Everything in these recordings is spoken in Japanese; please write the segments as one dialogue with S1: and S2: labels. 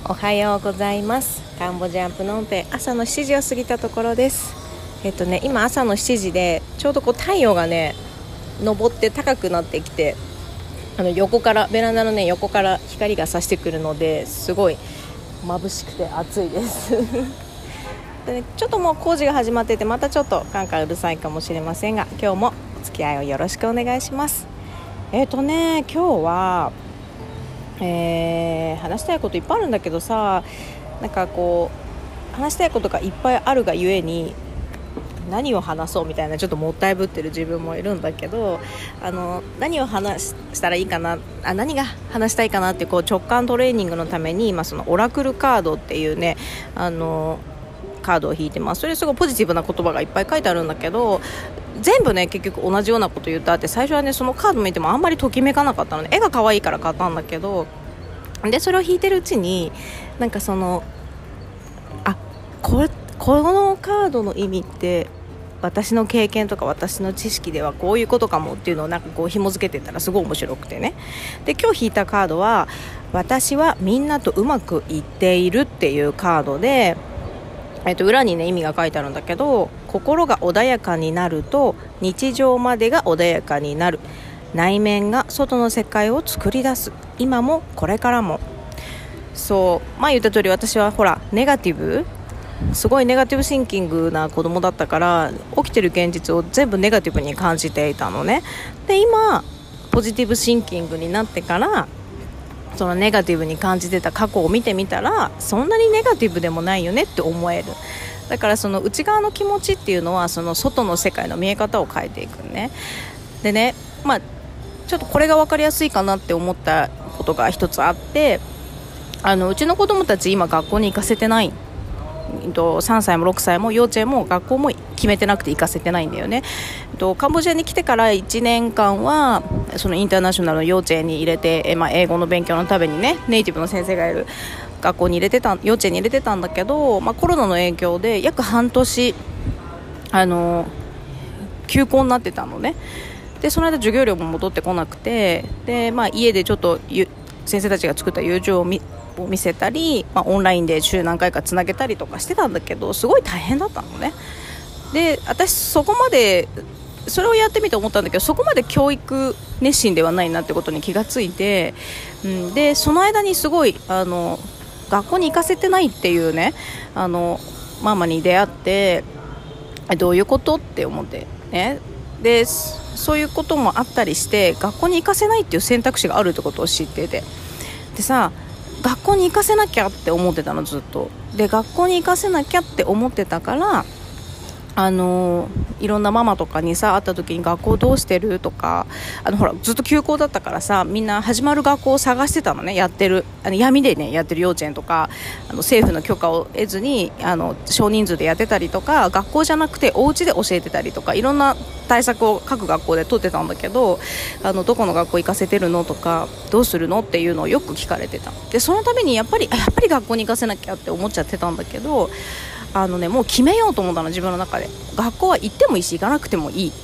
S1: おはようございます。カンボジアプノンペン朝の7時を過ぎたところです。今朝の7時でちょうど太陽がね昇って高くなってきて、横からベランダのね横から光が差してくるのですごい眩しくて暑いですで、ちょっともう工事が始まっててまたちょっとカンカンうるさいかもしれませんが、今日もお付き合いをよろしくお願いします。今日は話したいこといっぱいあるんだけどさ、話したいことがいっぱいあるがゆえに何を話そうみたいなちょっともったいぶってる自分もいるんだけど、何を話したらいいかな、何が話したいかなって直感トレーニングのために今そのオラクルカードっていうねカードを引いてます。それすごいポジティブな言葉がいっぱい書いてあるんだけど、全部ね結局同じようなこと言ったって、最初はねそのカード見てもあんまりときめかなかったので、絵が可愛いから買ったんだけど、でそれを引いてるうちにこのカードの意味って私の経験とか私の知識ではこういうことかもっていうのを紐付けてたらすごい面白くてね。で今日引いたカードは私はみんなとうまくいっているっていうカードで、裏にね意味が書いてあるんだけど、心が穏やかになると日常までが穏やかになる、内面が外の世界を作り出す、今もこれからも。そう言った通り私はすごいネガティブシンキングな子供だったから、起きてる現実を全部ネガティブに感じていたのね。で今ポジティブシンキングになってからそのネガティブに感じてた過去を見てみたら、そんなにネガティブでもないよねって思える。だからその内側の気持ちっていうのはその外の世界の見え方を変えていくね。でね、ちょっとこれが分かりやすいかなって思ったことが一つあって、うちの子供たち今学校に行かせてない、3歳も6歳も幼稚園も学校も決めてなくて行かせてないんだよね。カンボジアに来てから1年間はそのインターナショナルの幼稚園に入れて、英語の勉強のためにねネイティブの先生がいる学校に幼稚園に入れてたんだけど、コロナの影響で約半年休校になってたのね。でその間授業料も戻ってこなくて、で、家でちょっと先生たちが作った YouTube を見せたり、オンラインで週何回かつなげたりとかしてたんだけど、すごい大変だったのね。で私そこまでそれをやってみて思ったんだけど、そこまで教育熱心ではないなってことに気がついて、でその間にすごい学校に行かせてないっていうねママに出会って、どういうことって思ってね。でそういうこともあったりして、学校に行かせないっていう選択肢があるってことを知ってて、でさ学校に行かせなきゃって思ってたのずっと。で学校に行かせなきゃって思ってたから、いろんなママとかにさ会った時に学校どうしてるとか、ずっと休校だったからさ、みんな始まる学校を探してたのね。やってる闇でねやってる幼稚園とか、政府の許可を得ずに少人数でやってたりとか、学校じゃなくてお家で教えてたりとか、いろんな対策を各学校で取ってたんだけど、どこの学校行かせてるのとかどうするのっていうのをよく聞かれてた。でそのためにやっぱり学校に行かせなきゃって思っちゃってたんだけど、もう決めようと思ったの、自分の中で。学校は行ってもいいし行かなくてもいいって。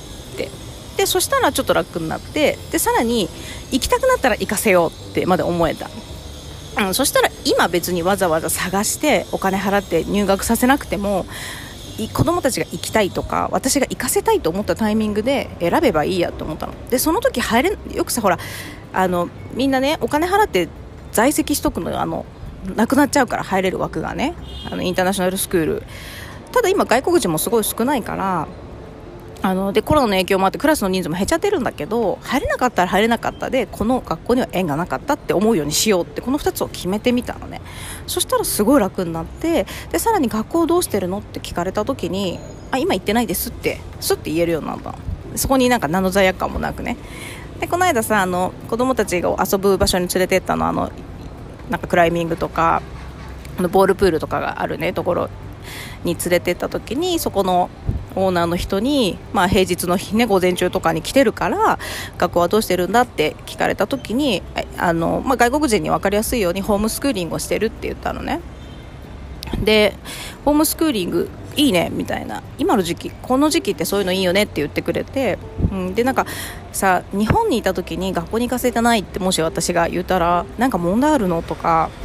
S1: でそしたらちょっと楽になって、でさらに行きたくなったら行かせようってまで思えた。そしたら今別にわざわざ探してお金払って入学させなくても、子供たちが行きたいとか私が行かせたいと思ったタイミングで選べばいいやと思ったの。でその時よくさみんなねお金払って在籍しとくのよ、なくなっちゃうから入れる枠がね、インターナショナルスクール。ただ今外国人もすごい少ないから、でコロナの影響もあってクラスの人数も減っちゃってるんだけど、入れなかったら入れなかったで、この学校には縁がなかったって思うようにしようって、この2つを決めてみたのね。そしたらすごい楽になって、でさらに学校どうしてるのって聞かれた時に、今行ってないですってスッて言えるようになった。そこに何の罪悪感もなくね。でこの間さ子供たちが遊ぶ場所に連れてったの、クライミングとかボールプールとかがあるねところに連れてった時に、そこのオーナーの人に、平日の日ね午前中とかに来てるから学校はどうしてるんだって聞かれた時に、外国人に分かりやすいようにホームスクーリングをしてるって言ったのね。でホームスクーリングいいねみたいな、今の時期この時期ってそういうのいいよねって言ってくれて、で日本にいた時に学校に行かせてないってもし私が言ったら問題あるのとか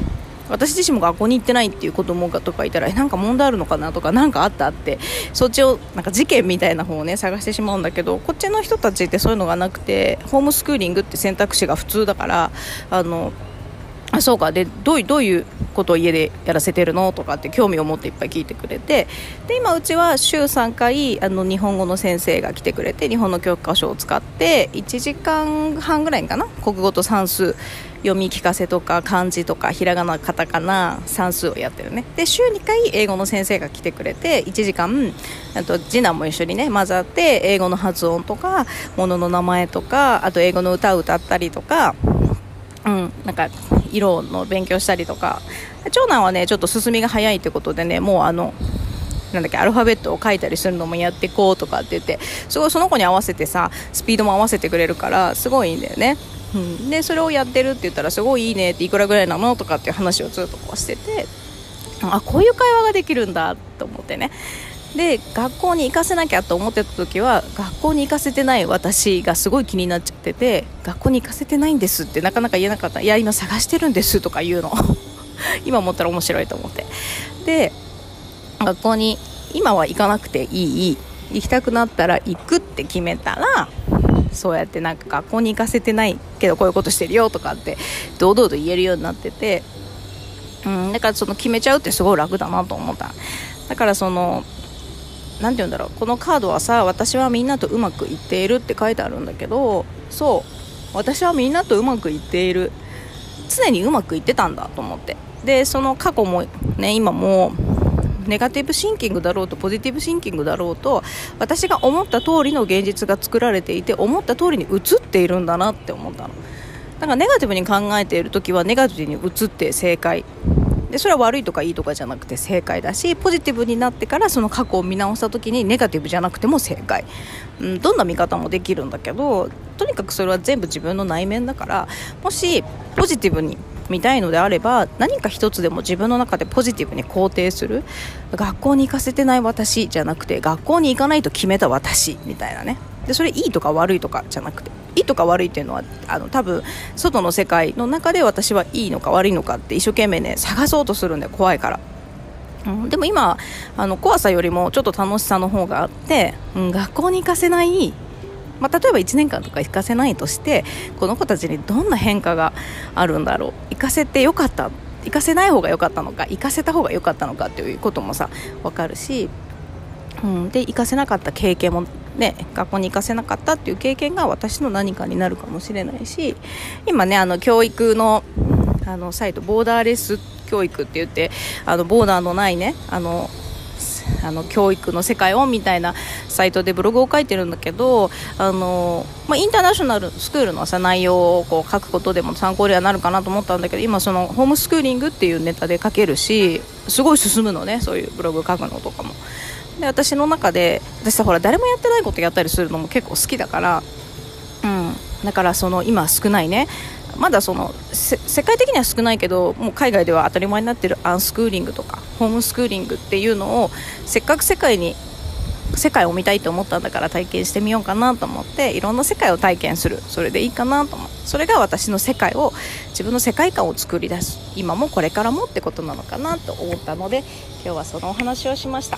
S1: 私自身も学校に行ってないっていう子供とかいたらなんか問題あるのかなとか、なんかあったってそっちをなんか事件みたいな方をね探してしまうんだけど、こっちの人たちってそういうのがなくて、ホームスクーリングって選択肢が普通だから、そうかでどういうことを家でやらせてるのとかって興味を持っていっぱい聞いてくれて、で今うちは週3回日本語の先生が来てくれて、日本の教科書を使って1時間半ぐらいかな、国語と算数読み聞かせとか漢字とかひらがなカタカナ算数をやってるね。で週2回英語の先生が来てくれて、1時間次男も一緒にね混ざって英語の発音とか物の名前とか、あと英語の歌を歌ったりとか、なんか色の勉強したりとか、長男はねちょっと進みが早いってことでね、もうなんだっけアルファベットを書いたりするのもやっていこうとかって言って、すごいその子に合わせてさスピードも合わせてくれるからすごいいいんだよね。でそれをやってるって言ったらすごいいいねって、いくらぐらいなのとかっていう話をずっとこうしてて、こういう会話ができるんだと思ってね。で学校に行かせなきゃと思ってた時は、学校に行かせてない私がすごい気になっちゃってて、学校に行かせてないんですってなかなか言えなかった。いや今探してるんですとか言うの今思ったら面白いと思って、で学校に今は行かなくていい、行きたくなったら行くって決めたら、そうやってなんか学校に行かせてないけどこういうことしてるよとかって堂々と言えるようになってて、だからその決めちゃうってすごい楽だなと思った。だからなんて言うんだろう、このカードはさ、私はみんなとうまくいっているって書いてあるんだけど、そう私はみんなとうまくいっている、常にうまくいってたんだと思って、でその過去もね今もネガティブシンキングだろうとポジティブシンキングだろうと、私が思った通りの現実が作られていて、思った通りに映っているんだなって思ったの。だからネガティブに考えている時はネガティブに映って正解で、それは悪いとかいいとかじゃなくて正解だし、ポジティブになってからその過去を見直した時にネガティブじゃなくても正解、どんな見方もできるんだけど、とにかくそれは全部自分の内面だから、もしポジティブに見たいのであれば、何か一つでも自分の中でポジティブに肯定する。学校に行かせてない私じゃなくて、学校に行かないと決めた私みたいなね。でそれいいとか悪いとかじゃなくて、いいとか悪いっていうのは多分外の世界の中で私はいいのか悪いのかって一生懸命ね探そうとするんだよ、怖いから。でも今怖さよりもちょっと楽しさの方があって、学校に行かせない、例えば1年間とか行かせないとして、この子たちにどんな変化があるんだろう、行かせてよかった、行かせない方が良かったのか、行かせた方が良かったのかっていうこともさ分かるし、で行かせなかった経験もね、学校に行かせなかったっていう経験が私の何かになるかもしれないし、今ね教育のサイトボーダーレス教育って言って、ボーダーのないね教育の世界をみたいなサイトでブログを書いてるんだけど、インターナショナルスクールのさ内容をこう書くことでも参考にはなるかなと思ったんだけど、今そのホームスクーリングっていうネタで書けるし、すごい進むのね、そういうブログ書くのとかも。で私の中で私さほら誰もやってないことやったりするのも結構好きだから、だから今少ないね、まだ世界的には少ないけどもう海外では当たり前になってるアンスクーリングとかホームスクーリングっていうのをせっかく世界を見たいと思ったんだから体験してみようかなと思って、いろんな世界を体験する、それでいいかなと思う。それが私の世界を、自分の世界観を作り出す、今もこれからもってことなのかなと思ったので、今日はそのお話をしました。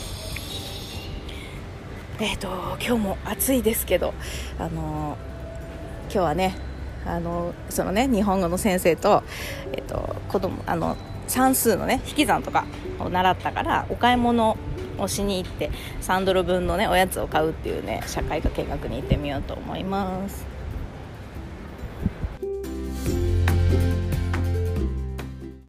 S1: 今日も暑いですけど、今日はね日本語の先生と、子供算数のね引き算とかを習ったからお買い物をしに行って3ドル分のねおやつを買うっていうね社会科見学に行ってみようと思います。